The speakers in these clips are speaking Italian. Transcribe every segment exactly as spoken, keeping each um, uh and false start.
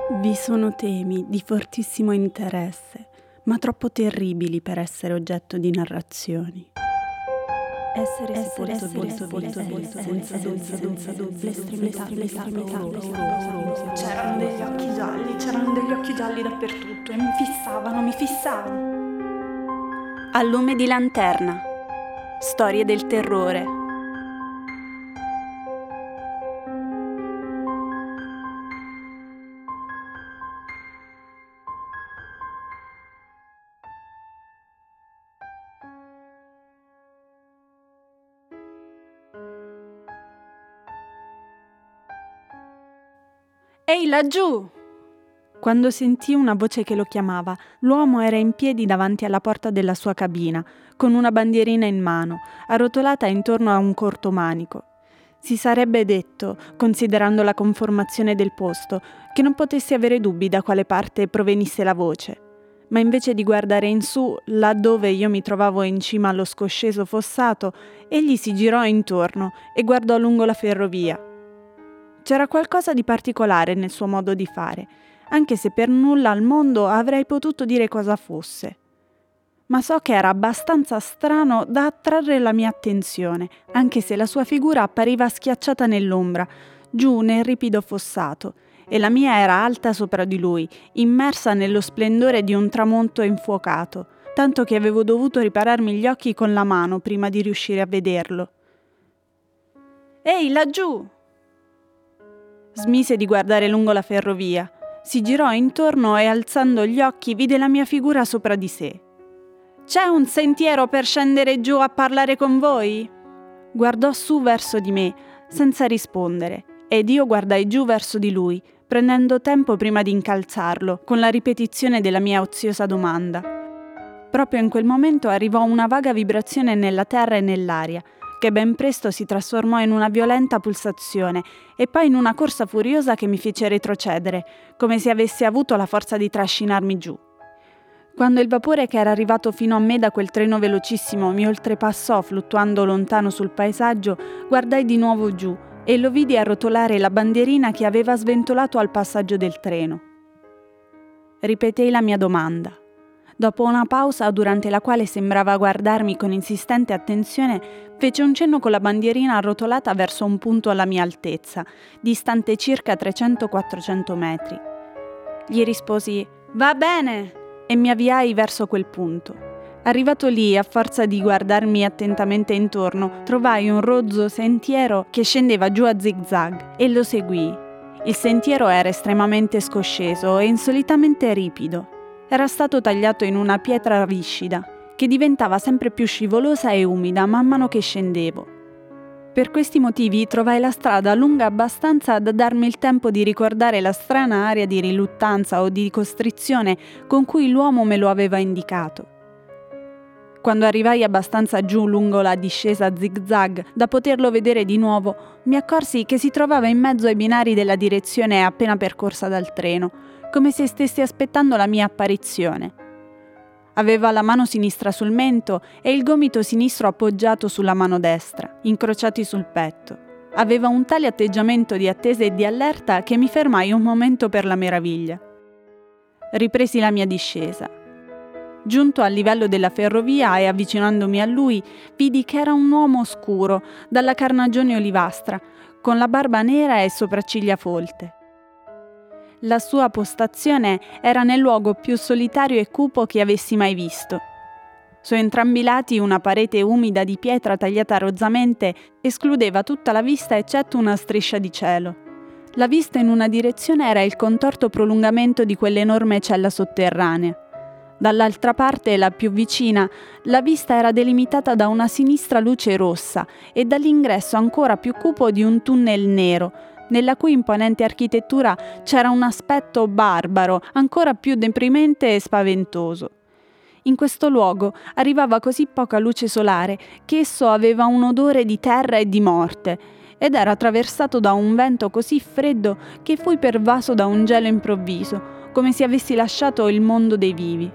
Vi sono temi di fortissimo interesse, ma troppo terribili per essere oggetto di narrazioni. Essere sepolto volto volto volto senza senza senza l'estremità l'estremità C'erano degli occhi gialli, c'erano degli occhi gialli dappertutto e mi fissavano, mi fissavano. A lume di lanterna. Storie del terrore. Ehi, laggiù! Quando sentì una voce che lo chiamava, l'uomo era in piedi davanti alla porta della sua cabina, con una bandierina in mano, arrotolata intorno a un corto manico. Si sarebbe detto, considerando la conformazione del posto, che non potessi avere dubbi da quale parte provenisse la voce. Ma invece di guardare in su, là dove io mi trovavo in cima allo scosceso fossato, egli si girò intorno e guardò lungo la ferrovia. C'era qualcosa di particolare nel suo modo di fare, anche se per nulla al mondo avrei potuto dire cosa fosse. Ma so che era abbastanza strano da attrarre la mia attenzione, anche se la sua figura appariva schiacciata nell'ombra, giù nel ripido fossato, e la mia era alta sopra di lui, immersa nello splendore di un tramonto infuocato, tanto che avevo dovuto ripararmi gli occhi con la mano prima di riuscire a vederlo. «Ehi, laggiù!» Smise di guardare lungo la ferrovia, si girò intorno e alzando gli occhi vide la mia figura sopra di sé. «C'è un sentiero per scendere giù a parlare con voi?» Guardò su verso di me, senza rispondere, ed io guardai giù verso di lui, prendendo tempo prima di incalzarlo, con la ripetizione della mia oziosa domanda. Proprio in quel momento arrivò una vaga vibrazione nella terra e nell'aria, che ben presto si trasformò in una violenta pulsazione e poi in una corsa furiosa che mi fece retrocedere, come se avesse avuto la forza di trascinarmi giù. Quando il vapore che era arrivato fino a me da quel treno velocissimo mi oltrepassò fluttuando lontano sul paesaggio, guardai di nuovo giù e lo vidi arrotolare la bandierina che aveva sventolato al passaggio del treno. Ripetei la mia domanda. Dopo una pausa durante la quale sembrava guardarmi con insistente attenzione, fece un cenno con la bandierina arrotolata verso un punto alla mia altezza, distante circa trecento quattrocento metri. Gli risposi «Va bene!» e mi avviai verso quel punto. Arrivato lì, a forza di guardarmi attentamente intorno, trovai un rozzo sentiero che scendeva giù a zig-zag e lo seguii. Il sentiero era estremamente scosceso e insolitamente ripido. Era stato tagliato in una pietra viscida, che diventava sempre più scivolosa e umida man mano che scendevo. Per questi motivi trovai la strada lunga abbastanza da darmi il tempo di ricordare la strana aria di riluttanza o di costrizione con cui l'uomo me lo aveva indicato. Quando arrivai abbastanza giù lungo la discesa a zig-zag da poterlo vedere di nuovo, mi accorsi che si trovava in mezzo ai binari della direzione appena percorsa dal treno, come se stesse aspettando la mia apparizione. Aveva la mano sinistra sul mento e il gomito sinistro appoggiato sulla mano destra, incrociati sul petto. Aveva un tale atteggiamento di attesa e di allerta che mi fermai un momento per la meraviglia. Ripresi la mia discesa. Giunto al livello della ferrovia e avvicinandomi a lui, vidi che era un uomo scuro, dalla carnagione olivastra, con la barba nera e sopracciglia folte. La sua postazione era nel luogo più solitario e cupo che avessi mai visto. Su entrambi i lati una parete umida di pietra tagliata rozzamente escludeva tutta la vista eccetto una striscia di cielo. La vista in una direzione era il contorto prolungamento di quell'enorme cella sotterranea. Dall'altra parte, la più vicina, la vista era delimitata da una sinistra luce rossa e dall'ingresso ancora più cupo di un tunnel nero, nella cui imponente architettura c'era un aspetto barbaro, ancora più deprimente e spaventoso. In questo luogo arrivava così poca luce solare che esso aveva un odore di terra e di morte, ed era attraversato da un vento così freddo che fui pervaso da un gelo improvviso, come se avessi lasciato il mondo dei vivi.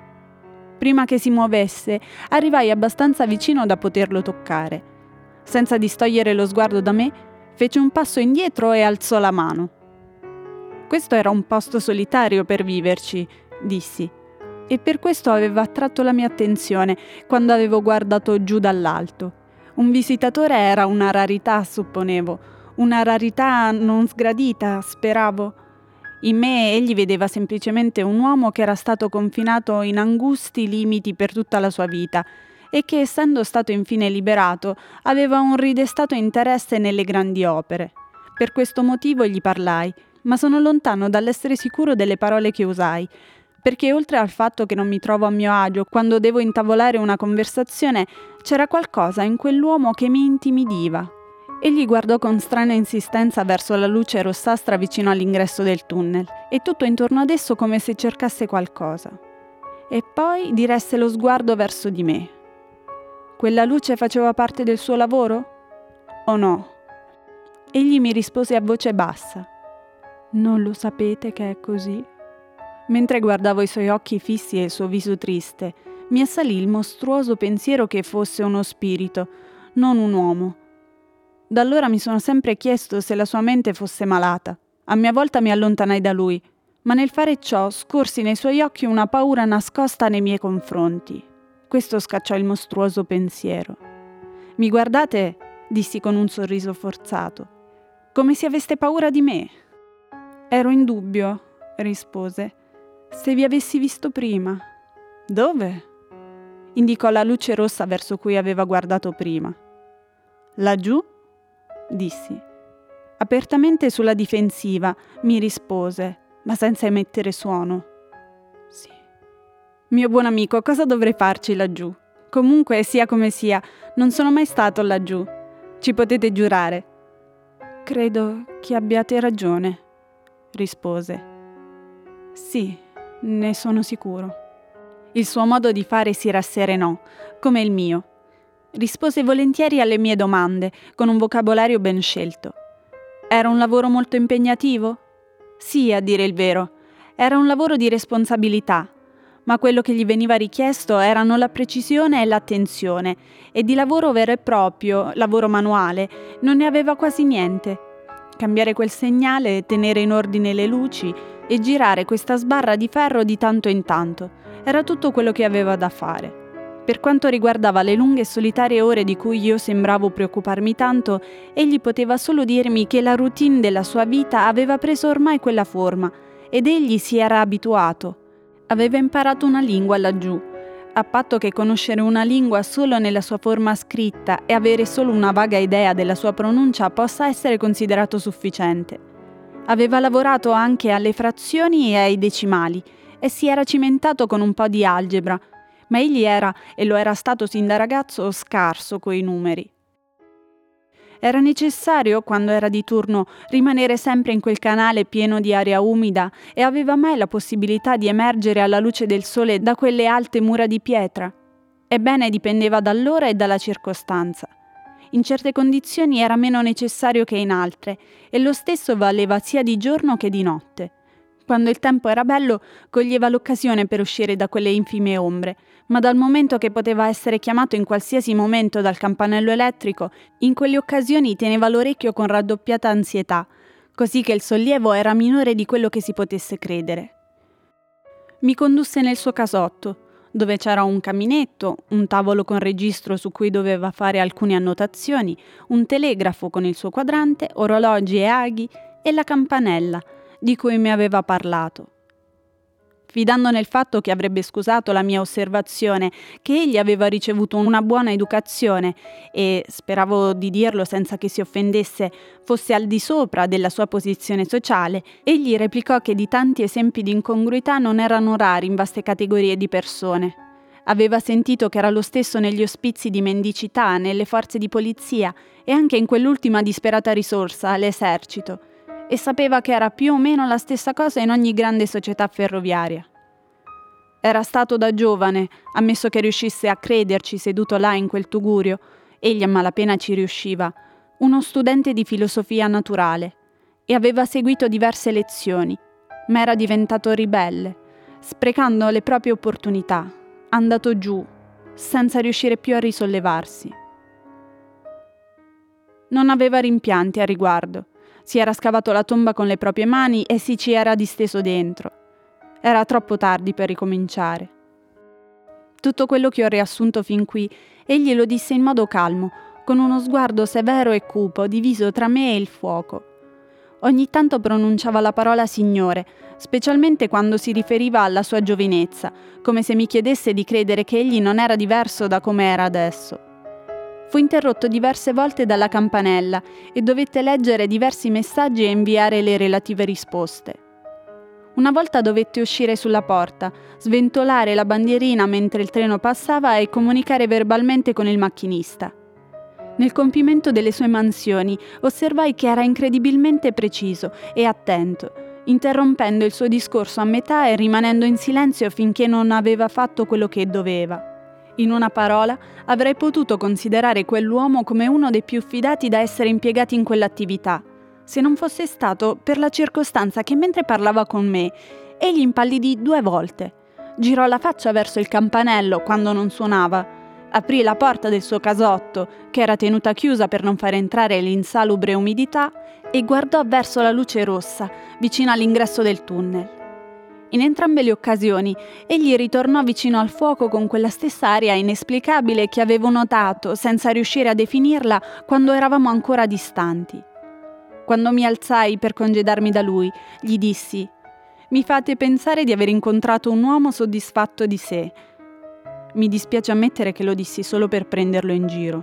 Prima che si muovesse, arrivai abbastanza vicino da poterlo toccare. Senza distogliere lo sguardo da me, fece un passo indietro e alzò la mano. Questo era un posto solitario per viverci, dissi, e per questo aveva attratto la mia attenzione quando avevo guardato giù dall'alto. Un visitatore era una rarità, supponevo, una rarità non sgradita, speravo. In me egli vedeva semplicemente un uomo che era stato confinato in angusti limiti per tutta la sua vita e che, essendo stato infine liberato, aveva un ridestato interesse nelle grandi opere. Per questo motivo gli parlai, ma sono lontano dall'essere sicuro delle parole che usai, perché oltre al fatto che non mi trovo a mio agio quando devo intavolare una conversazione, c'era qualcosa in quell'uomo che mi intimidiva. Egli guardò con strana insistenza verso la luce rossastra vicino all'ingresso del tunnel e tutto intorno ad esso come se cercasse qualcosa. E poi diresse lo sguardo verso di me. Quella luce faceva parte del suo lavoro? O no? Egli mi rispose a voce bassa. Non lo sapete che è così? Mentre guardavo i suoi occhi fissi e il suo viso triste, mi assalì il mostruoso pensiero che fosse uno spirito, non un uomo. Da allora mi sono sempre chiesto se la sua mente fosse malata. A mia volta mi allontanai da lui, ma nel fare ciò scorsi nei suoi occhi una paura nascosta nei miei confronti. Questo scacciò il mostruoso pensiero. Mi guardate? Dissi con un sorriso forzato. Come se aveste paura di me. Ero in dubbio, rispose. Se vi avessi visto prima. Dove? Indicò la luce rossa verso cui aveva guardato prima. Laggiù? Dissi. Apertamente sulla difensiva, mi rispose, ma senza emettere suono. Sì. Mio buon amico, cosa dovrei farci laggiù? Comunque, sia come sia, non sono mai stato laggiù. Ci potete giurare. Credo che abbiate ragione, rispose. Sì, ne sono sicuro. Il suo modo di fare si rasserenò, come il mio. Rispose volentieri alle mie domande, con un vocabolario ben scelto. Era un lavoro molto impegnativo? Sì, a dire il vero. Era un lavoro di responsabilità, ma quello che gli veniva richiesto erano la precisione e l'attenzione, e di lavoro vero e proprio, lavoro manuale, non ne aveva quasi niente. Cambiare quel segnale, tenere in ordine le luci e girare questa sbarra di ferro di tanto in tanto, era tutto quello che aveva da fare. Per quanto riguardava le lunghe e solitarie ore di cui io sembravo preoccuparmi tanto, egli poteva solo dirmi che la routine della sua vita aveva preso ormai quella forma, ed egli si era abituato. Aveva imparato una lingua laggiù, a patto che conoscere una lingua solo nella sua forma scritta e avere solo una vaga idea della sua pronuncia possa essere considerato sufficiente. Aveva lavorato anche alle frazioni e ai decimali, e si era cimentato con un po' di algebra, ma egli era, e lo era stato sin da ragazzo, scarso coi numeri. Era necessario, quando era di turno, rimanere sempre in quel canale pieno di aria umida e aveva mai la possibilità di emergere alla luce del sole da quelle alte mura di pietra? Ebbene, dipendeva dall'ora e dalla circostanza. In certe condizioni era meno necessario che in altre, e lo stesso valeva sia di giorno che di notte. Quando il tempo era bello, coglieva l'occasione per uscire da quelle infime ombre, ma dal momento che poteva essere chiamato in qualsiasi momento dal campanello elettrico, in quelle occasioni teneva l'orecchio con raddoppiata ansietà, così che il sollievo era minore di quello che si potesse credere. Mi condusse nel suo casotto, dove c'era un caminetto, un tavolo con registro su cui doveva fare alcune annotazioni, un telegrafo con il suo quadrante, orologi e aghi e la campanella, di cui mi aveva parlato. Fidando nel fatto che avrebbe scusato la mia osservazione che egli aveva ricevuto una buona educazione e, speravo di dirlo senza che si offendesse, fosse al di sopra della sua posizione sociale, egli replicò che di tanti esempi di incongruità non erano rari in vaste categorie di persone. Aveva sentito che era lo stesso negli ospizi di mendicità, nelle forze di polizia e anche in quell'ultima disperata risorsa, l'esercito, e sapeva che era più o meno la stessa cosa in ogni grande società ferroviaria. Era stato da giovane, ammesso che riuscisse a crederci seduto là in quel tugurio, egli a malapena ci riusciva, uno studente di filosofia naturale, e aveva seguito diverse lezioni, ma era diventato ribelle, sprecando le proprie opportunità, andato giù, senza riuscire più a risollevarsi. Non aveva rimpianti a riguardo. Si era scavato la tomba con le proprie mani e si ci era disteso dentro. Era troppo tardi per ricominciare. Tutto quello che ho riassunto fin qui, egli lo disse in modo calmo, con uno sguardo severo e cupo, diviso tra me e il fuoco. Ogni tanto pronunciava la parola Signore, specialmente quando si riferiva alla sua giovinezza, come se mi chiedesse di credere che egli non era diverso da come era adesso. Fu interrotto diverse volte dalla campanella e dovette leggere diversi messaggi e inviare le relative risposte. Una volta dovette uscire sulla porta, sventolare la bandierina mentre il treno passava e comunicare verbalmente con il macchinista. Nel compimento delle sue mansioni osservai che era incredibilmente preciso e attento, interrompendo il suo discorso a metà e rimanendo in silenzio finché non aveva fatto quello che doveva. In una parola, avrei potuto considerare quell'uomo come uno dei più fidati da essere impiegati in quell'attività, se non fosse stato per la circostanza che mentre parlava con me, egli impallidì due volte, girò la faccia verso il campanello quando non suonava, aprì la porta del suo casotto, che era tenuta chiusa per non far entrare l'insalubre umidità, e guardò verso la luce rossa, vicino all'ingresso del tunnel. In entrambe le occasioni, egli ritornò vicino al fuoco con quella stessa aria inesplicabile che avevo notato, senza riuscire a definirla, quando eravamo ancora distanti. Quando mi alzai per congedarmi da lui, gli dissi: «Mi fate pensare di aver incontrato un uomo soddisfatto di sé». Mi dispiace ammettere che lo dissi solo per prenderlo in giro.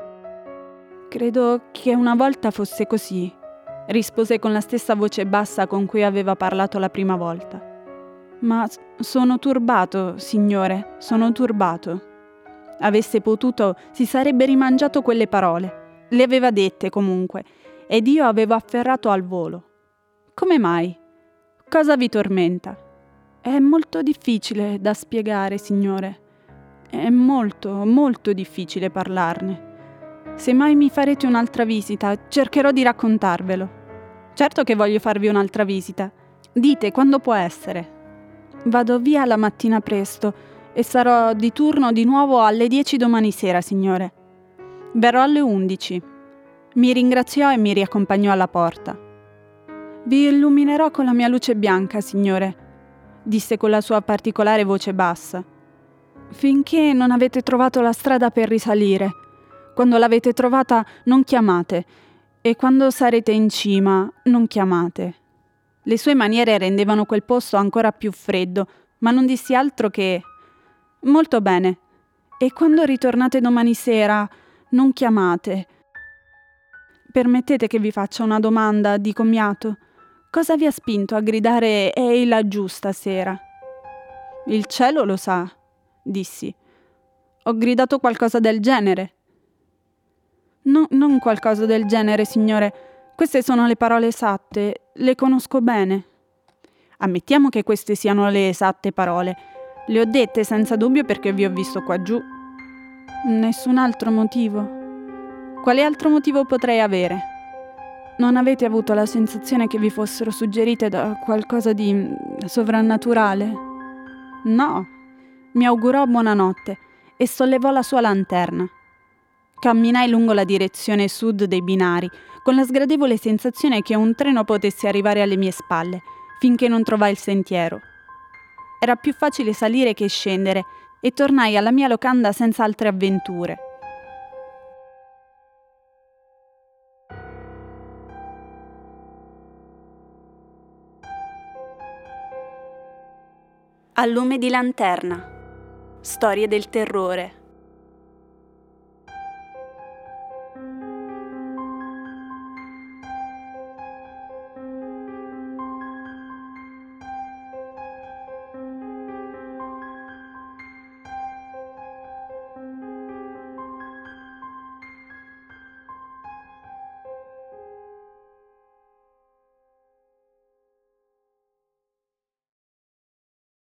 «Credo che una volta fosse così», rispose con la stessa voce bassa con cui aveva parlato la prima volta. «Ma sono turbato, signore, sono turbato». Avesse potuto, si sarebbe rimangiato quelle parole. Le aveva dette comunque, ed io avevo afferrato al volo. «Come mai? Cosa vi tormenta?» «È molto difficile da spiegare, signore. È molto, molto difficile parlarne. Se mai mi farete un'altra visita, cercherò di raccontarvelo». «Certo che voglio farvi un'altra visita. Dite, quando può essere?» «Vado via la mattina presto e sarò di turno di nuovo alle dieci domani sera, signore». «Verrò alle undici». Mi ringraziò e mi riaccompagnò alla porta. «Vi illuminerò con la mia luce bianca, signore», disse con la sua particolare voce bassa, «finché non avete trovato la strada per risalire. Quando l'avete trovata, non chiamate, e quando sarete in cima, non chiamate». Le sue maniere rendevano quel posto ancora più freddo, ma non dissi altro che: «Molto bene. E quando ritornate domani sera, non chiamate». «Permettete che vi faccia una domanda di commiato? Cosa vi ha spinto a gridare «Ehi laggiù stasera»?» «Il cielo lo sa», dissi. «Ho gridato qualcosa del genere». «No, non qualcosa del genere, signore. Queste sono le parole esatte, le conosco bene». «Ammettiamo che queste siano le esatte parole. Le ho dette senza dubbio perché vi ho visto qua giù». «Nessun altro motivo». «Quale altro motivo potrei avere?» «Non avete avuto la sensazione che vi fossero suggerite da qualcosa di sovrannaturale?» «No». Mi augurò buonanotte e sollevò la sua lanterna. Camminai lungo la direzione sud dei binari, con la sgradevole sensazione che un treno potesse arrivare alle mie spalle, finché non trovai il sentiero. Era più facile salire che scendere e tornai alla mia locanda senza altre avventure. A lume di lanterna. Storie del terrore.